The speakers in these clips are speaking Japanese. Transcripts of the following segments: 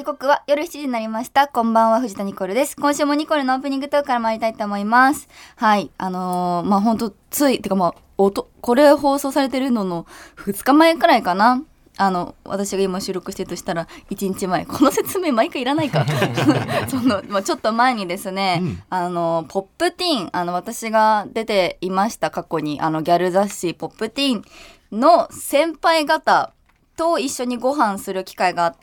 時刻は夜7時になりました。こんばんは、藤田ニコルです。今週もニコルのオープニングトークから参りたいと思います。はい、ほんとこれ放送されてるのの2日前くらいかな。私が今収録してるとしたら1日前、この説明毎回いらないかちょっと前にですね、ポップティーン、私が出ていました過去にギャル雑誌ポップティーンの先輩方と一緒にご飯する機会があって、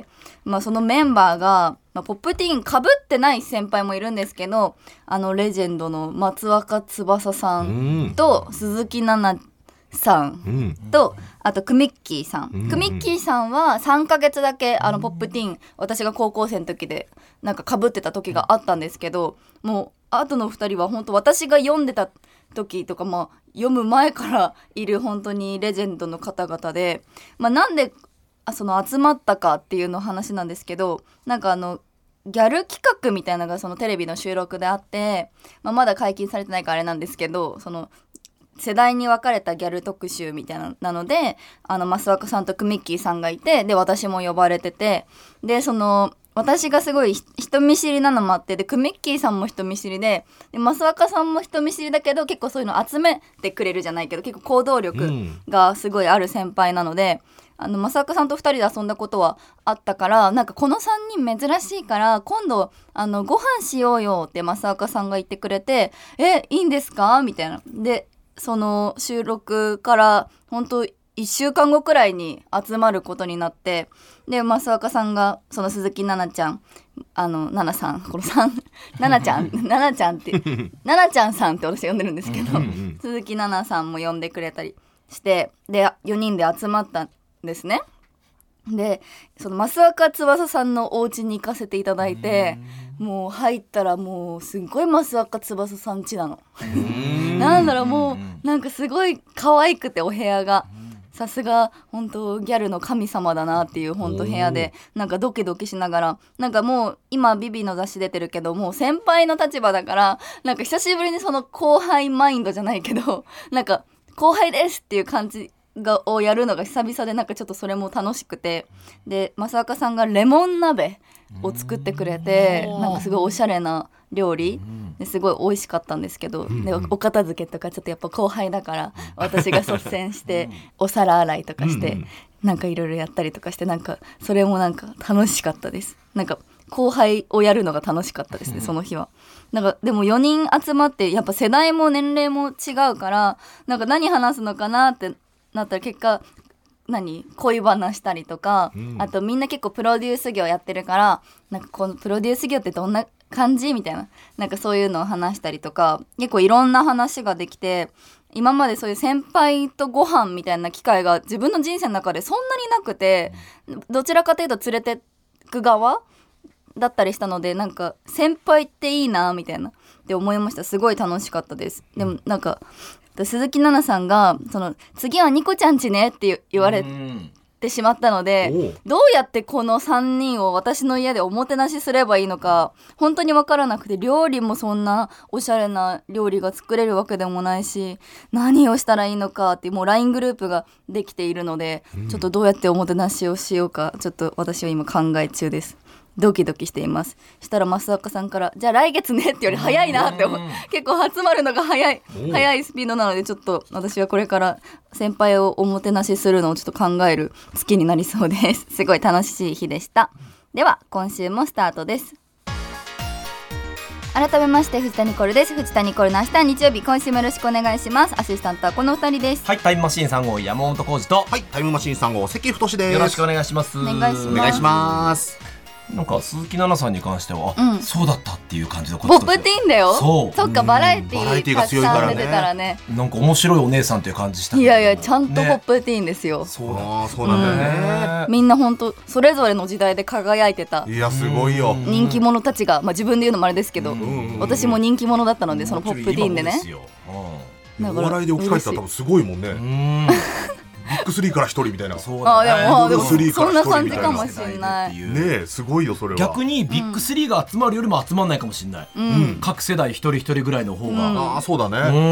そのメンバーが、ポップティーン被ってない先輩もいるんですけど、レジェンドの松若翼さんと鈴木奈々さんと、あとクミッキーさん、クミッキーさんは3ヶ月だけポップティーン、私が高校生の時でなんか被ってた時があったんですけど、もうあとの2人は本当私が読んでた時とか、読む前からいる本当にレジェンドの方々で、なんでその集まったかっていうの話なんですけど、なんかギャル企画みたいなのがそのテレビの収録であって、まだ解禁されてないからあれなんですけど、その世代に分かれたギャル特集みたいなので、増若さんとクミッキーさんがいて、で私も呼ばれてて、でその私がすごい人見知りなのもあって、でクミッキーさんも人見知りで、増若さんも人見知りだけど結構そういうの集めてくれるじゃないけど、結構行動力がすごいある先輩なので、増若さんと2人で遊んだことはあったから、なんかこの3人珍しいから今度ご飯しようよって増若さんが言ってくれて、いいんですかみたいな。でその収録から本当1週間後くらいに集まることになって、で増若さんがその鈴木奈々ちゃん、奈々さん、この3奈々ちゃん奈々ちゃんって奈々ちゃんさんって私呼んでるんですけど、鈴木奈々さんも呼んでくれたりして、で4人で集まったんですね。でその増若翼さんのお家に行かせていただいて、もう入ったらもうすごい増若翼さん家なのなんだろう、もうなんかすごい可愛くて、お部屋がさすが本当ギャルの神様だなっていう本当部屋で、なんかドキドキしながら、なんかもう今ビビの雑誌出てるけど、もう先輩の立場だから、なんか久しぶりにその後輩マインドじゃないけど、なんか後輩ですっていう感じをやるのが久々で、なんかちょっとそれも楽しくて、で増若さんがレモン鍋を作ってくれて、なんかすごいおしゃれな料理ですごい美味しかったんですけど、でお片付けとかちょっとやっぱ後輩だから私が率先してお皿洗いとかしてなんかいろいろやったりとかして、なんかそれもなんか楽しかったです。なんか後輩をやるのが楽しかったですね、その日は。なんかでも4人集まって、やっぱ世代も年齢も違うから、なんか何話すのかなってなったら、結果恋話したりとか、あとみんな結構プロデュース業やってるから、なんかこのプロデュース業ってどんな感じみたいな、なんかそういうのを話したりとか、結構いろんな話ができて、今までそういう先輩とご飯みたいな機会が自分の人生の中でそんなになくて、どちらかというと連れてく側だったりしたので、なんか先輩っていいなみたいなって思いました。すごい楽しかったです。でもなんか鈴木奈々さんがその次はニコちゃんちねって言われてしまったので、どうやってこの3人を私の家でおもてなしすればいいのか本当に分からなくて、料理もそんなおしゃれな料理が作れるわけでもないし、何をしたらいいのかってもう LINE グループができているので、ちょっとどうやっておもてなしをしようか、ちょっと私は今考え中です。ドキドキしています。したら増若さんからじゃあ来月ねってより早いなって思う。結構集まるのが早いスピードなので、ちょっと私はこれから先輩をおもてなしするのをちょっと考える月になりそうです。すごい楽しい日でした。では今週もスタートです。改めまして藤田ニコルです。藤田ニコルの明日は日曜日、今週もよろしくお願いします。アシスタントはこの2人です。 はい、タイムマシーン3号山本浩二と、 はい、タイムマシーン3号関太です。 よろしくお願いします。 お願いします。 なんか鈴木奈々さんに関しては、そうだったっていう感じのこと。ポップティーンだよ。 そっか、バラエティーが強いからね。 出てたらね。 なんか面白いお姉さんという感じしたけど。 いやいや、ちゃんとポップティーンですよ。 そうなんだよね。 みんな本当それぞれの時代で輝いてた。 いやすごいよ。 人気者たちが、自分で言うのもあれですけど、私も人気者だったので、そのポップティーンでね。 お笑いで置き換えてたら多分すごいもんね。ビッグ3から1人みたいな。 そうだね。でもそんな感じかもしれない。 ね、すごいよそれは。 逆にビッグ3が集まるよりも集まんないかもしれない。各世代一人一人ぐらいの方が。 そうだね。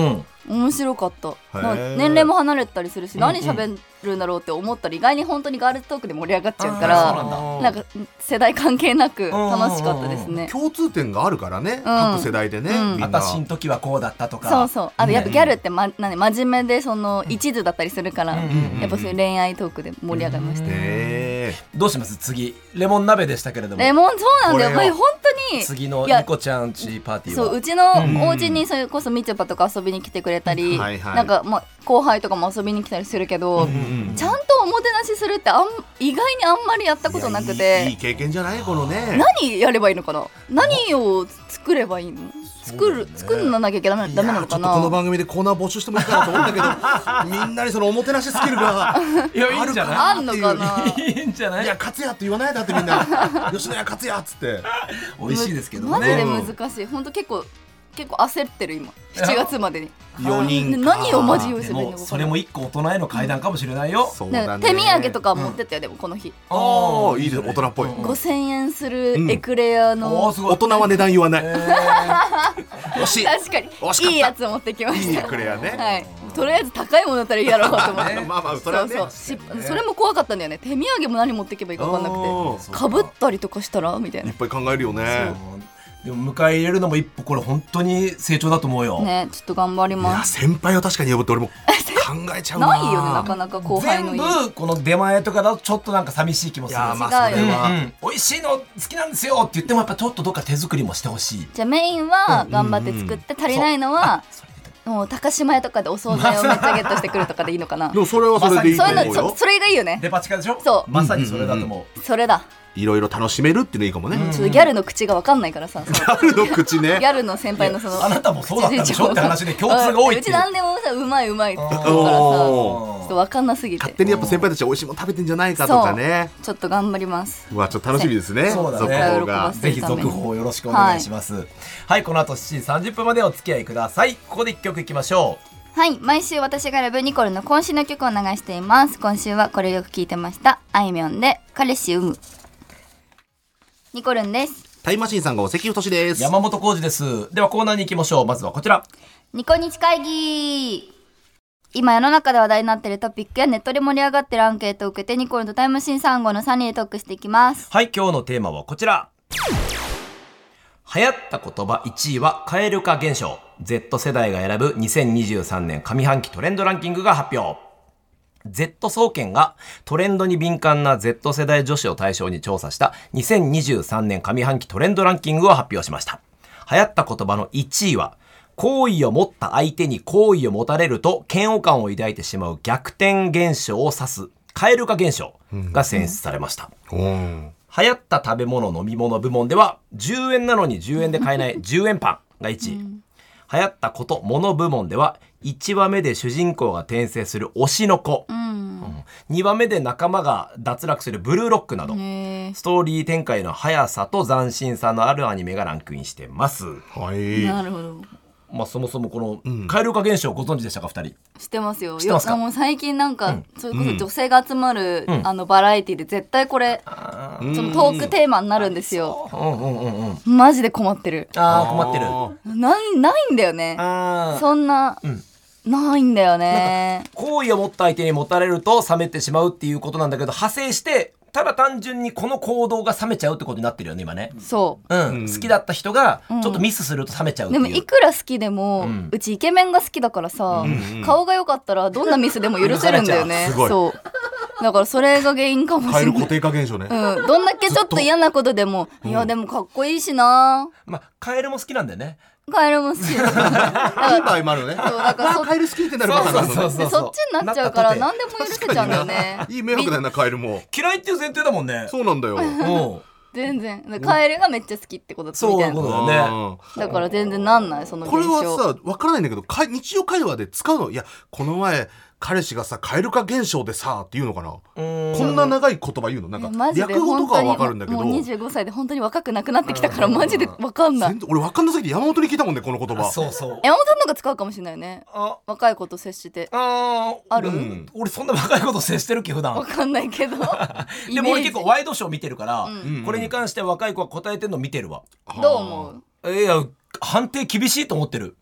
面白かった。なんかへー年齢も離れたりするし、何喋るんだろうって思ったら意外に本当にガールズトークで盛り上がっちゃうからそうなんだなんか世代関係なく楽しかったですね。 共通点があるからね、各世代でね、みんな私の時はこうだったとか。 そうそう。あとやっぱギャルって、真面目でその一途だったりするから、やっぱそういう恋愛トークで盛り上がりました。 どうします次？レモン鍋でしたけれども。 レモンそうなんだよ。 これよ本当に次のいやニコちゃんちパーティーは。 そう、うちのお家にそれこそみちょぱとか遊びに来てくれたり、 はいはいなんかまあ後輩とかも遊びに来たりするけど、ちゃんとおもてなしするって意外にあんまりやったことなくいて、 い経験じゃないこのね。 何やればいいのかな、何を作ればいいの、作んなきゃダメなのかちょっとこのな。 番組でコーナー募集してもいいかなと思ったけどみんなにそのおもてなしスキルがいや、いいんじゃない？ あんのかな。 いいんじゃない？ いや勝也って言わないだってみんな吉野家勝也っつって美味しいですけどね。 マジで難しい。本当結構焦ってる今。7月までに。 4人何をマジ用意すでればいいのか。 もそれも一個大人への階段かもしれないよ。 そうだね。 手土産とか持ってったよ、でもこの日ああいいです大人っぽい。 5000円するエクレアの、 おーすごい。 大人は値段言わない。惜しい。 確かに惜しかったいいやつ持ってきまいいした。 クレアね。 はい、とりあえず高いものだったらいいやろうと思ってまあまあそれはね。 それも怖かったんだよね。手土産も何持っていけばいいか分かんなくて、かぶったりとかしたらみたいないっぱい考えるよね。 でも迎え入れるのも一歩これ本当に成長だと思うよ。 ね。ちょっと頑張りいやます。 先輩を確かに呼ぶって俺も考えちゃうな。 ないよね、なかなか後輩の全家。 部この出前とかだとちょっとなんか寂しい気もする。 いやまあそれ違うよは美味しいの好きなんですよって言ってもやっぱちょっとどっか手作りもしてほしい。 じゃあメインは頑張って作って、足りないのはもう高島屋とかでお惣菜をめっちゃゲットしてくるとかでいいのかな。 でもそれはそれでいいとそういう思うよ。 のそれがいいよね。 デパ地下でしょ。 そうまさにそれだと思う。 それだ。 いろいろ楽しめるっていうのいいかもね。 ちょっとギャルの口が分かんないからさ、そのギャルの口ね。 ギャルの先輩のそのあなたもそうだったでしょって話で共通が多いっていう。 うち何でもさうまいうまいって言うからさ、ちょっと分かんなすぎて勝手にやっぱ先輩たちは美味しいもの食べてんじゃないかとかね。 ちょっと頑張ります。 うわちょっと楽しみですね。 そうだね続報が。 ぜひ続報よろしくお願いします。はい、この後7時30分までお付き合いください。ここで1曲いきましょう。 はい、毎週私が選ぶニコルの今週の曲を流しています。今週はこれをよく聞いてました。あいみょんで彼氏産む。ニコルンです。 タイムマシーンさんがお関太です。 山本浩二です。ではコーナーに行きましょう。まずはこちら。 ニコニチ会議。今世の中で話題になっているトピックやネットで盛り上がっているアンケートを受けてニコルンとタイムマシーン3号の3人でトークしていきます。 はい、今日のテーマはこちら。流行った言葉1位は蛙化現象。Z 世代が選ぶ2023年上半期トレンドランキングが発表。Z 総研がトレンドに敏感な Z 世代女子を対象に調査した2023年上半期トレンドランキングを発表しました。流行った言葉の1位は、好意を持った相手に好意を持たれると嫌悪感を抱いてしまう逆転現象を指す蛙化現象が選出されました。流行った食べ物飲み物部門では10円なのに10円で買えない10円パンが1位。流行ったこと物部門では1話目で主人公が転生する推しの子、2話目で仲間が脱落するブルーロックなどストーリー展開の速さと斬新さのあるアニメがランクインしてます。 はい。 なるほど。 まあ、そもそもこの蛙化現象ご存知でしたか2人？ 知ってますよ。 知ってますか？ もう最近なんか、それこそ女性が集まる、バラエティで絶対これそのトークテーマになるんですよ。マジで困ってる。 困ってる。 ないんだよね。そんな、ないんだよね。 好意を持った相手に持たれると冷めてしまうっていうことなんだけど、派生してただ単純にこの行動が冷めちゃうってことになってるよね今ね。 そう、 好きだった人がちょっとミスすると冷めちゃうっていう。 でもいくら好きでも、うちイケメンが好きだからさ、顔が良かったらどんなミスでも許せるんだよね。 すごい。 そうだからそれが原因かもしれない。 蛙固定化現象ね。 どんだけちょっと嫌なことでも、いやでもかっこいいしな。 まあカエルも好きなんだよね。 カエルも好き。 いい場合もあるね。 そうだからカエル好きってなるパターンなのね。 そっちになっちゃうから何でも許せちゃうんだよね。 いい迷惑だよなカエルも。 嫌いっていう前提だもんね。 そうなんだよ。 全然カエルがめっちゃ好きってことみたいな。 そういうことだよね。 だから全然なんないその現象。 これはさ分からないんだけど日常会話で使うの。いやこの前彼氏がさ蛙化現象でさって言うのかな。こんな長い言葉言うのなんか略語とかは分かるんだけど、 もう25歳で本当に若くなくなってきたからマジで分かんない。 俺分かんなすぎて山本に聞いたもんねこの言葉。 そうそう。 山本さんのが使うかもしれないね。若い子と接してある。 俺そんな若い子と接してるっけ普段。 分かんないけど。 でも俺結構ワイドショー見てるから、これに関して若い子が答えてるの見てるわ。 どう思う？ いや判定厳しいと思ってる。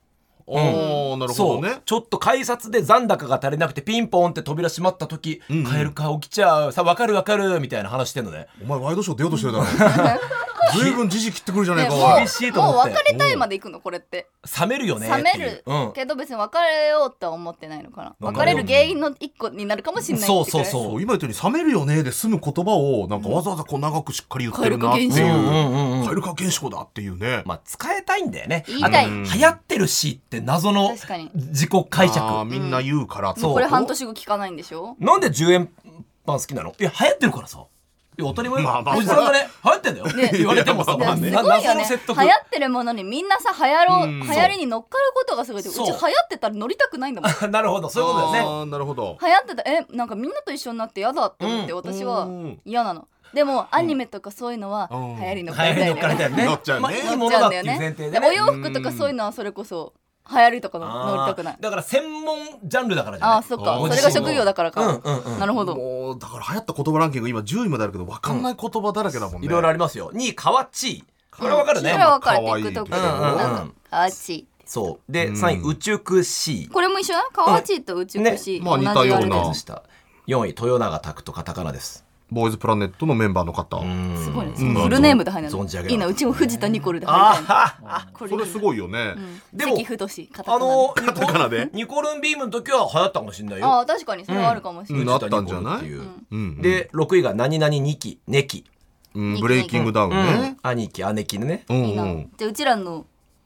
なるほどね。 ちょっと改札で残高が足りなくてピンポンって扉閉まった時、蛙化起きちゃうさ、分かる分かるみたいな話してんのね。 お前ワイドショー出ようとしてるだろずいぶん時期切ってくるじゃねえか。 厳しいと思って。 もう別れたいまで行くのこれって。 冷めるよね。 冷めるけど別に別れようとは思ってないのかな。別れる原因の一個になるかもしれない。 そう今言ったように冷めるよねで済む言葉をなんかわざわざこう長くしっかり言ってるなっていう、蛙化現象だっていうね。 まあ使えたいんだよね。 言いたい。 流行ってるしって謎の自己解釈。 みんな言うからこれ半年後聞かないんでしょ。 なんで10円パン好きなの。いや流行ってるからさ。当たり前よ。おじさんがね流行ってんだよって言われてもさ、 すごいよね。流行ってるものにみんなさ流行りに乗っかることがすごい。うち流行ってたら乗りたくないんだもん。 なるほど、そういうことだよね。 なるほど。 流行ってたなんかみんなと一緒になって嫌だって思って私は嫌なの。でもアニメとかそういうのは流行り乗っかりたいんだよね。 乗っちゃうね。 いいものだっていう前提でね。 お洋服とかそういうのはそれこそ流行りとか乗りたくない。 だから専門ジャンルだからじゃない。 あ、そっか。それが職業だからか。なるほど。 もうだから流行った言葉ランキング今10位まであるけど分かんない言葉だらけだもんね。 いろいろありますよ。2位かわちい。これ分かるね。 これは分かる。TikTok でかわちい。 そうで3位宇宙くしい。 これも一緒だ。かわちいと宇宙くしい。 まあ似たような。 4位豊永拓とカタカナです。 ボーイズプラネットのメンバーの方。 すごいね。フルネームで入るの。いいな。うちも藤田ニコルで入りたい。 それすごいよね。 でも関太カタカナで。 ニコルンビームの時は流行ったかもしれないよ。 あ、確かにそれはあるかもしれない。 なったんじゃない。 で6位が何々2期ネキ。 ブレイキングダウンね。 兄貴姉貴ね。 じゃあうちらの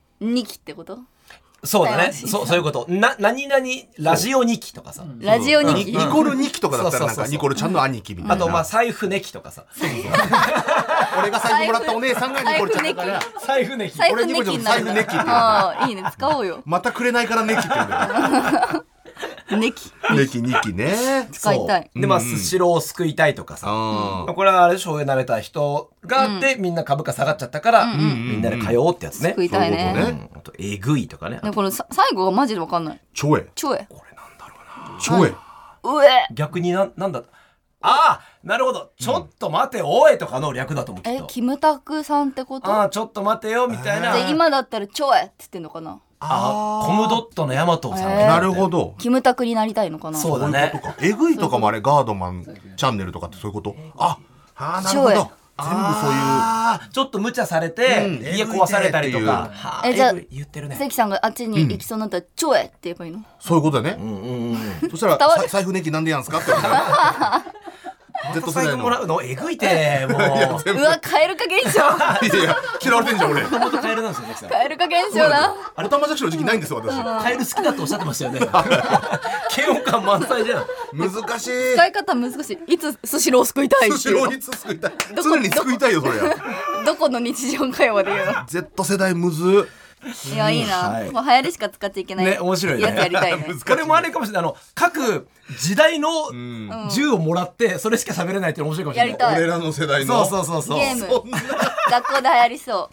2期ってこと。 そうだね。そういうこと。何々ラジオ2期とかさ。 ラジオ2期。 ニコル2期とかだったらなんかニコルちゃんの兄貴みたいな。 あとまあ財布ネキとかさ。 俺が財布もらったお姉さんがニコルちゃんだから。 財布ネキ。 俺ニコルちゃん財布ネキ。ああいいね、使おうよ。 またくれないからネキって言うんだよ。 ネキ 2期ね。 使いたい。 でまあスシローを救いたいとかさ。これはあれ醤油舐めた人があってみんな株価下がっちゃったからみんなで通おうってやつね。 救いたいね。 あとえぐいとかね。 この最後がマジで分かんない。 ちょえ。 ちょえ。 これなんだろうな。 ちょえ。 逆になんだ。ああなるほど。ちょっと待ておいとかの略だと思う。 キムタクさんってこと。 ああちょっと待てよみたいな。 で今だったらちょえって言ってんのかな。 コムドットのヤマトさん。 なるほど。 キムタクになりたいのかな。 そうだね。 えぐいとかもあれガードマンチャンネルとかってそういうこと。なるほど。全部そういうちょっと無茶されて家壊されたりとか。 じゃあ言ってるね。 関さんがあっちに行きそうになったらちょえって言えばいいの。 そういうことだね。そしたら財布ネキなんでやんすかって。 Z 世代のもらうのえぐいてもう。 うわ蛙化現象。 いや嫌われてんじゃん俺。 もともとカエルなんですよ。 蛙化現象だ。 オタマジャクシの時期ないんですよ私。 カエル好きだとおっしゃってましたよね。嫌悪感満載じゃん。 難しい。 使い方難しい。いつスシロー救いたい。 スシローいつ救いたい。常に救いたいよそれ。 どこの日常会話で言うの。 Z 世代むず。 いやいいな。もう流行りしか使っちゃいけない。 ね面白いね。 やつやりたいね。 これもあれかもしれない。各時代の銃をもらってそれしか喋れないって面白いかもしれない。 やりたい。 俺らの世代の。 そうゲーム。学校で流行りそう。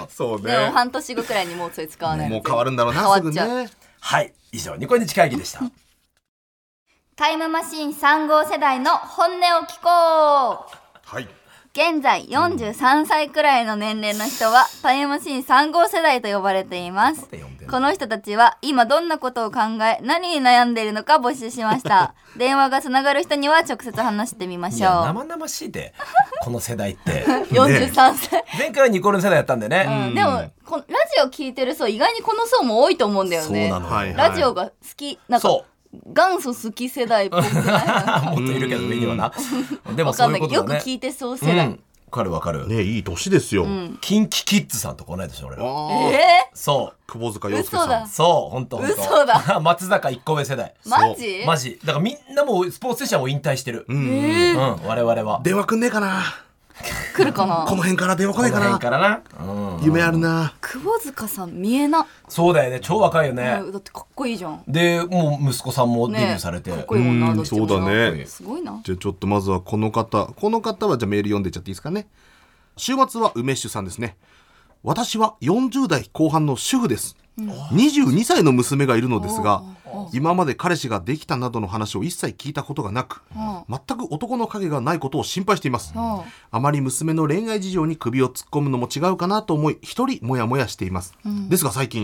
そうね。 でも半年後くらいにもうそれ使わない。 もう変わるんだろうな。 変わっちゃう。 はい以上ニコニチ会議でした。 タイムマシーン3号世代の本音を聞こう。 はい。 現在43歳くらいの年齢の人はタイムマシーン3号世代と呼ばれています。この人たちは今どんなことを考え何に悩んでいるのか募集しました。電話がつながる人には直接話してみましょう。 生々しいでこの世代って 43歳前回はニコルン世代やったんでね。 でもラジオ聞いてる層意外にこの層も多いと思うんだよね。 そうなの。 ラジオが好きなんか元祖好き世代っぽくないもっといるけど上にはな。 でもそういうことだね。よく聞いてそう世代。 わかるね。いい年ですよ。 キンキキッズさんとこないでしょ俺ら。そう窪塚洋介さん。 そう本当。 嘘だ。 松坂1個上世代。マジだからみんなもうスポーツ選手はもう引退してる。我々は電話くんねえかな。 来るかな。 この辺から電話来ないかな。 この辺からな。 夢あるな。 窪塚さん見えな。 そうだよね超若いよね。 だってかっこいいじゃん。 でもう息子さんもデビューされて。 かっこいいもんな。どっちもそうだね。 すごいな。 じゃあちょっとまずはこの方はじゃあメール読んでいっちゃっていいですかね。週末は梅酒さんですね。私は40代後半の主婦です。22歳の娘がいるのですが、今まで彼氏ができたなどの話を一切聞いたことがなく、全く男の影がないことを心配しています。あまり娘の恋愛事情に首を突っ込むのも違うかなと思い、一人モヤモヤしています。ですが最近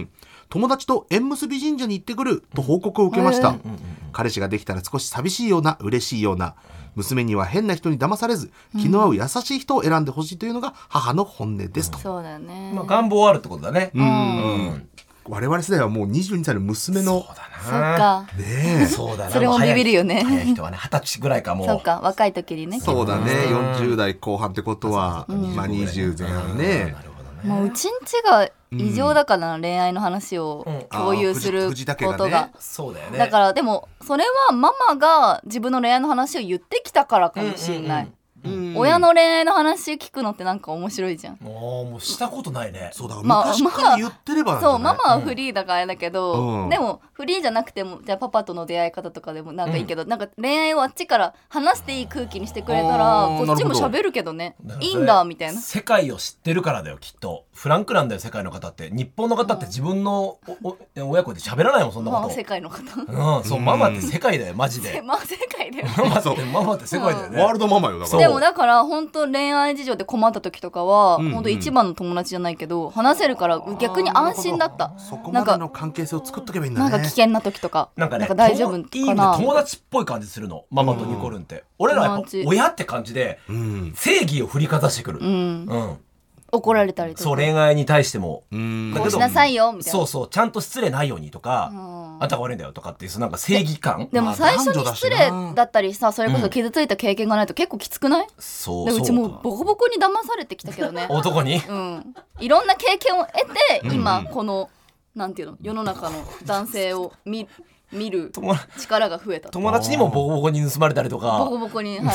友達と縁結び神社に行ってくると報告を受けました。彼氏ができたら少し寂しいような嬉しいような、娘には変な人に騙されず気の合う優しい人を選んでほしいというのが母の本音ですと。 そうだよね、 まあ、願望あるってことだね。 我々世代はもう22歳の娘のそうだそっな。 かねえそうだな。 それもビビるよね早い人はね、20歳ぐらいかもう。 そうか若い時にねそうだね、40代後半ってことは、まあ20前半ね。 なるほどね。 もううちんちが異常だからな、恋愛の話を共有する藤田家がねことが、 そうだよね。 だからでもそれはママが自分の恋愛の話を言ってきたからかもしれない、親の恋愛の話聞くのってなんか面白いじゃん。 もうしたことないね。 そうだ、 まあ昔から言ってればなんじゃない。 そうママはフリーだからあれだけど、でもフリーじゃなくてもじゃあパパとの出会い方とかでもなんかいいけど、なんか恋愛をあっちから話していい空気にしてくれたらこっちも喋るけどね、いいんだみたいな。 世界を知ってるからだよきっと。フランクなんだよ世界の方って。日本の方って自分の親子で喋らないもんそんなこと。 世界の方そうママって世界だよマジで。 まあ世界だよねママって世界だよね。 ワールドママよだから。 でもだから本当恋愛事情で困った時とかは、本当一番の友達じゃないけど話せるから逆に安心だった。 そこまでの関係性を作っとけばいいんだね。 なんか危険な時とかなんかね、 大丈夫いい意味でかな。 友達っぽい感じするのママとニコルンって。俺らはやっぱ親って感じで正義を振りかざしてくる。 怒られたりとかそう恋愛に対してもこうしなさいよみたいな。 そうそうちゃんと失礼ないようにとか、あんたが悪いんだよとかっていうなんか正義感。 でも最初に失礼だったりさ、それこそ傷ついた経験がないと結構きつくない？ そうでうちもボコボコに騙されてきたけどね男に、 いろんな経験を得て今このなんていうの世の中の男性を見る力が増えた。 友達にもボコボコに盗まれたりとかボコボコに、はい、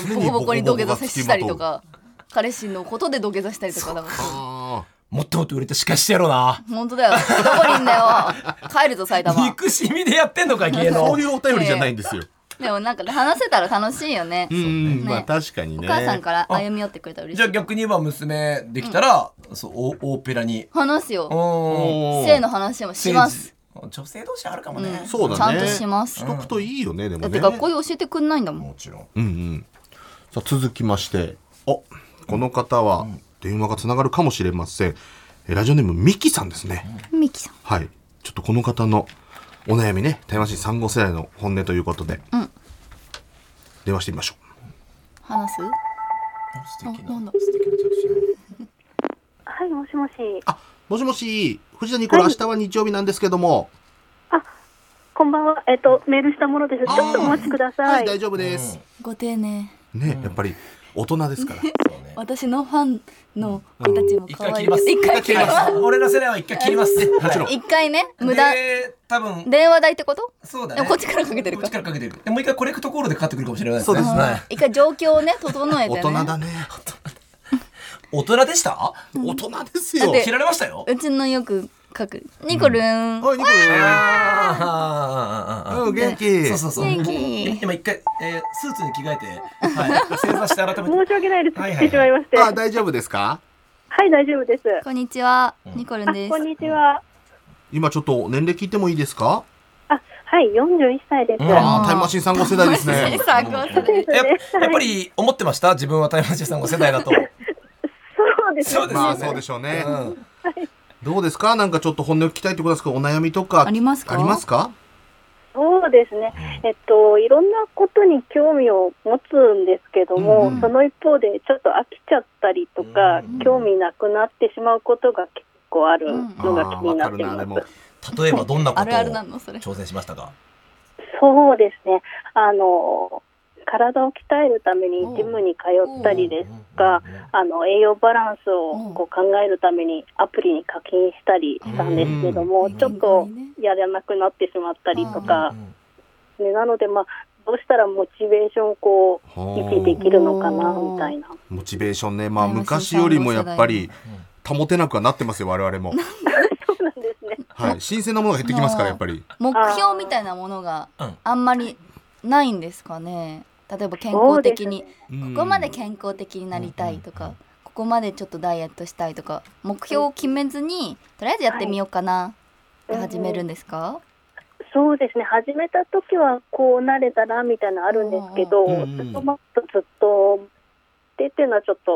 ボコボコに土下座したりとか彼氏のことで土下座したりとかだからもっともっと売れて仕返してやろうな。 本当だよ。どこにいんだよ。帰るぞ埼玉。 憎しみでやってんのか芸能。 そういうお便りじゃないんですよ。 でもなんか話せたら楽しいよね。 まあ確かにね。 お母さんから歩み寄ってくれたら嬉しい。 じゃあ逆に言えば娘できたら、そう大っぺらに話すよ。性の話もします。 女性同士あるかもね。 そうだね。 ちゃんとします。 しとくといいよね。でもね。 だって学校で教えてくんないんだもん。 もちろん。 さあ続きまして、この方は電話がつながるかもしれません。ラジオネームミキさんですね。 ミキさん。 はい。ちょっとこの方のお悩みね、タイムマシーン3号世代の本音ということで、電話してみましょう。 話す？ 素敵な着信。はい、もしもし。 もしもし、藤田ニコル、明日は日曜日なんですけども。 こんばんは。メールしたものです。ちょっとお待ちください。 はい、大丈夫です。 ご丁寧。 ね、やっぱり大人ですから。 私のファンの子たちも可愛い。 一回切ります。俺ら世代は一回切ります。 もちろん。 一回ね、無駄。 多分電話代ってこと？ そうだね。 でもこっちからかけてるか。 こっちからかけてる。でもう一回コレクトコールでかかってくるかもしれないですね。 そうですね。 一回状況をね整えてね。 大人だね。 大人でした？ 大人ですよ。 切られましたよ。 うちのよく書くニコルン。 はい、ニコルン。元気。 そう。 元気。 今一回スーツに着替えて、正座して改めて。 申し訳ないです。来てしまいまして。 大丈夫ですか？ はい、大丈夫です。 こんにちは、ニコルンです。 こんにちは。 今ちょっと年齢聞いてもいいですか？ はい、41歳です。 タイムマシーン3号世代ですね。 やっぱり思ってました？自分はタイムマシーン3号世代だと。 そうですね。 まあそうでしょうね。どうですか？なんかちょっと本音を聞きたいってことですけど、お悩みとかありますか？ そうですね。いろんなことに興味を持つんですけども、その一方でちょっと飽きちゃったりとか、興味なくなってしまうことが結構あるのが気になっています。 例えばどんなことを挑戦しましたか？ そうですね。体を鍛えるためにジムに通ったりですとか、栄養バランスをこう考えるためにアプリに課金したりしたんですけども、ちょっとやらなくなってしまったりとか、なのでどうしたらモチベーションをこう維持できるのかなみたいな。 モチベーションね、昔よりもやっぱり保てなくはなってますよ、我々も。 そうなんですね。 はい、新鮮なものが減ってきますからやっぱり。 目標みたいなものがあんまりないんですかね。例えば健康的に、ここまで健康的になりたいとか、ここまでちょっとダイエットしたいとか、目標を決めずにとりあえずやってみようかなって始めるんですか？ そうですね。始めた時はこうなれたらみたいなのあるんですけど、ずっとっていうのはちょっと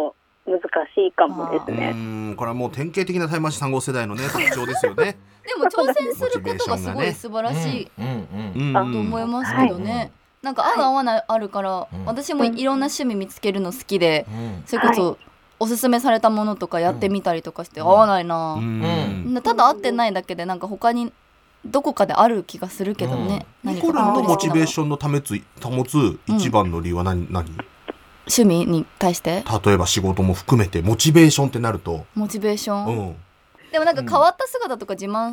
難しいかもですね。 これはもう典型的なタイムマシーン3号世代のね特徴ですよね。 でも挑戦することがすごい素晴らしいと思いますけどね。なんか合う合わないあるから、私もいろんな趣味見つけるの好きで、それこそおすすめされたものとかやってみたりとかして合わないな、ただ合ってないだけでなんか他にどこかである気がするけどね。 ニコルンのモチベーションの保つ一番の理由は何？ 趣味に対して例えば仕事も含めてモチベーションってなるとモチベーション、でもなんか変わった姿とか自慢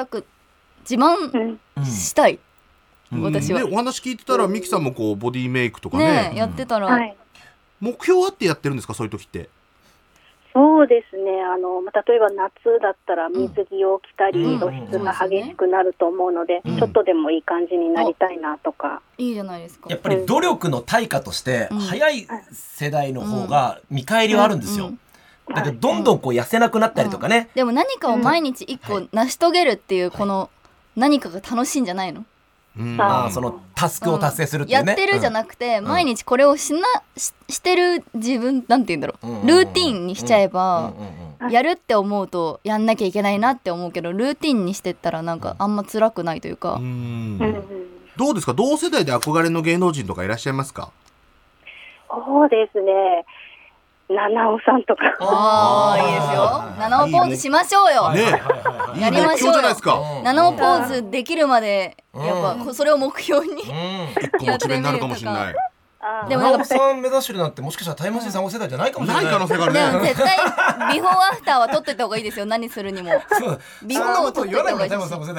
したい、私は、 お話聞いてたらミキさんもこうボディメイクとかねやってたら、 目標あってやってるんですか、そういう時って？ そうですね、例えば夏だったら水着を着たり、露出が激しくなると思うので、ちょっとでもいい感じになりたいなとか。 いいじゃないですか。 やっぱり努力の対価として早い世代の方が見返りはあるんですよ。だけどどんどんこう痩せなくなったりとかね、 でも何かを毎日一個成し遂げるっていうこの何かが楽しいんじゃないの？ そのタスクを達成するっていうね、 やってるじゃなくて、毎日これをしてる自分、なんて言うんだろう、ルーティンにしちゃえば、やるって思うとやんなきゃいけないなって思うけど、ルーティンにしてったらなんかあんま辛くないというか。 どうですか、同世代で憧れの芸能人とかいらっしゃいますか？ そうですね、七尾さんとか。 いいですよ。七尾ポーズしましょうよ。やりましょうよ。七尾ポーズできるまでやっぱそれを目標に一個モチベになるかもしれない。 でも七尾さん目指してるなんてもしかしたらタイムマシーン3号世代じゃないかもしれない。 ない可能性があるね。 でも絶対ビフォーアフターは撮っといた方がいいですよ。何するにもビフォーを撮っといた方がいいです。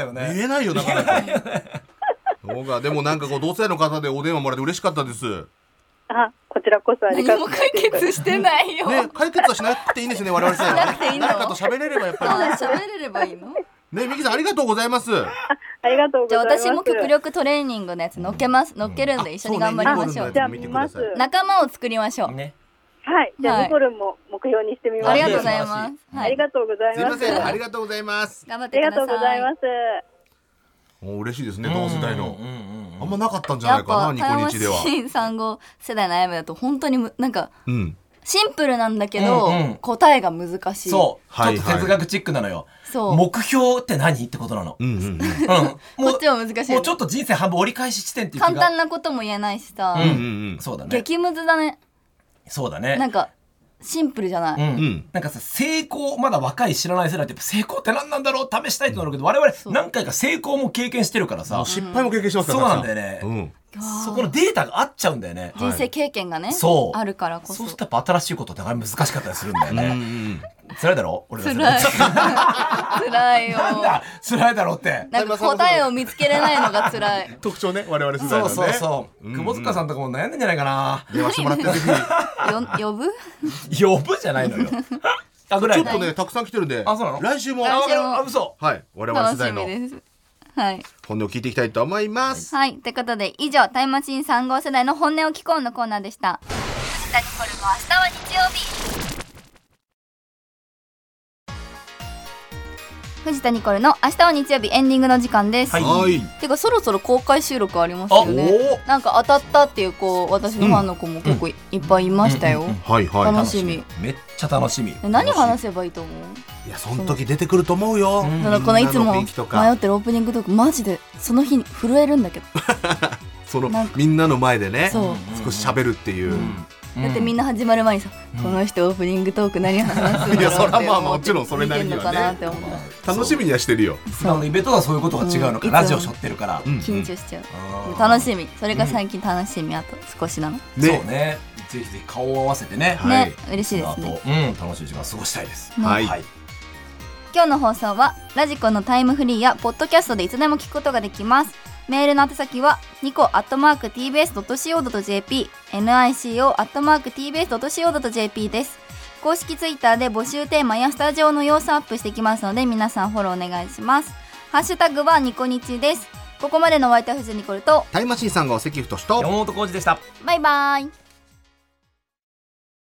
言えないよなかなか。でもなんかこう同世代の方でお電話もらって嬉しかったです。 こちらこそありがとう。 何も解決してないよ。 解決はしなくていいんですね、我々世代は。 しなくていいの？ 誰かと喋れればやっぱり。 喋れればいいの？ ね、ミキさんありがとうございます。 ありがとうございます。 じゃあ私も極力トレーニングのやつ乗っけるんで一緒に頑張りましょう。 じゃあ見ます。 仲間を作りましょう。 はい、じゃあニコルンも目標にしてみます。 ありがとうございます。 ありがとうございます。 すいません、ありがとうございます。 頑張ってください。 ありがとうございます。 嬉しいですね、同世代の。あんまなかったんじゃないかな、ニコニチでは。 3号世代の悩みだと本当になんかシンプルなんだけど答えが難しい。 そうちょっと哲学チックなのよ。目標って何ってことなの。こっちは難しい。 もうちょっと人生半分折り返し地点っていう気が。 簡単なことも言えないしさ、 そうだね、 激ムズだね。 そうだね、 なんかシンプルじゃない、 なんかさ、成功まだ若い知らない世代ってやっぱ成功って何なんだろう試したいってなるけど、我々何回か成功も経験してるからさ、 失敗も経験してますから。 そうなんだよね、そこのデータが合っちゃうんだよね。 人生経験がね、あるからこそ。 そうするとやっぱ新しいことって難しかったりするんだよね。辛いだろ俺ら。 辛いよ。 辛いだろって。 なんか答えを見つけれないのが辛い。 特徴ね、我々世代のね。 そう久保塚さんとかも悩んでんじゃないかな。 電話してもらってぜひ。呼ぶじゃないのよ。ちょっとね、たくさん来てるんで、来週もはい、我々世代の本音を聞いていきたいと思います。 はい、ということで以上タイムマシーン3号世代の本音を聞こうのコーナーでした。藤田ニコルの明日は日曜日。藤田ニコルの明日は日曜日エンディングの時間です。てかそろそろ公開収録ありますよね。なんか当たったっていう子、私のファンの子も結構いっぱいいましたよ。楽しみ。 めっちゃ楽しみ。 何話せばいいと思う？ いや、その時出てくると思うよ。 だからこのいつも迷ってるオープニングトークマジでその日に震えるんだけど。 そのみんなの前でね、少し喋るっていう。 だってみんな始まる前にさ、この人オープニングトーク何話すんだろうって。 いや、それはまあもちろんそれなりにはね。楽しみにはしてるよ。 イベントはそういうことが違うのか、ラジオしょってるから緊張しちゃう。楽しみ。それが最近楽しみ。あと少しなの。 そうね。ぜひぜひ顔を合わせてね。 ね、嬉しいですね。 楽しい時間過ごしたいです。 はい。今日の放送はラジコのタイムフリーやポッドキャストでいつでも聞くことができます。メールの宛先はnico@tbs.co.jp nico@tbs.co.jp です。公式ツイッターで募集テーマやスタジオの様子アップしてきますので、皆さんフォローお願いします。ハッシュタグはニコニチです。ここまでのお相手は藤ニコルとタイムマシーン3号関太と山本浩二でした。 バイバイ。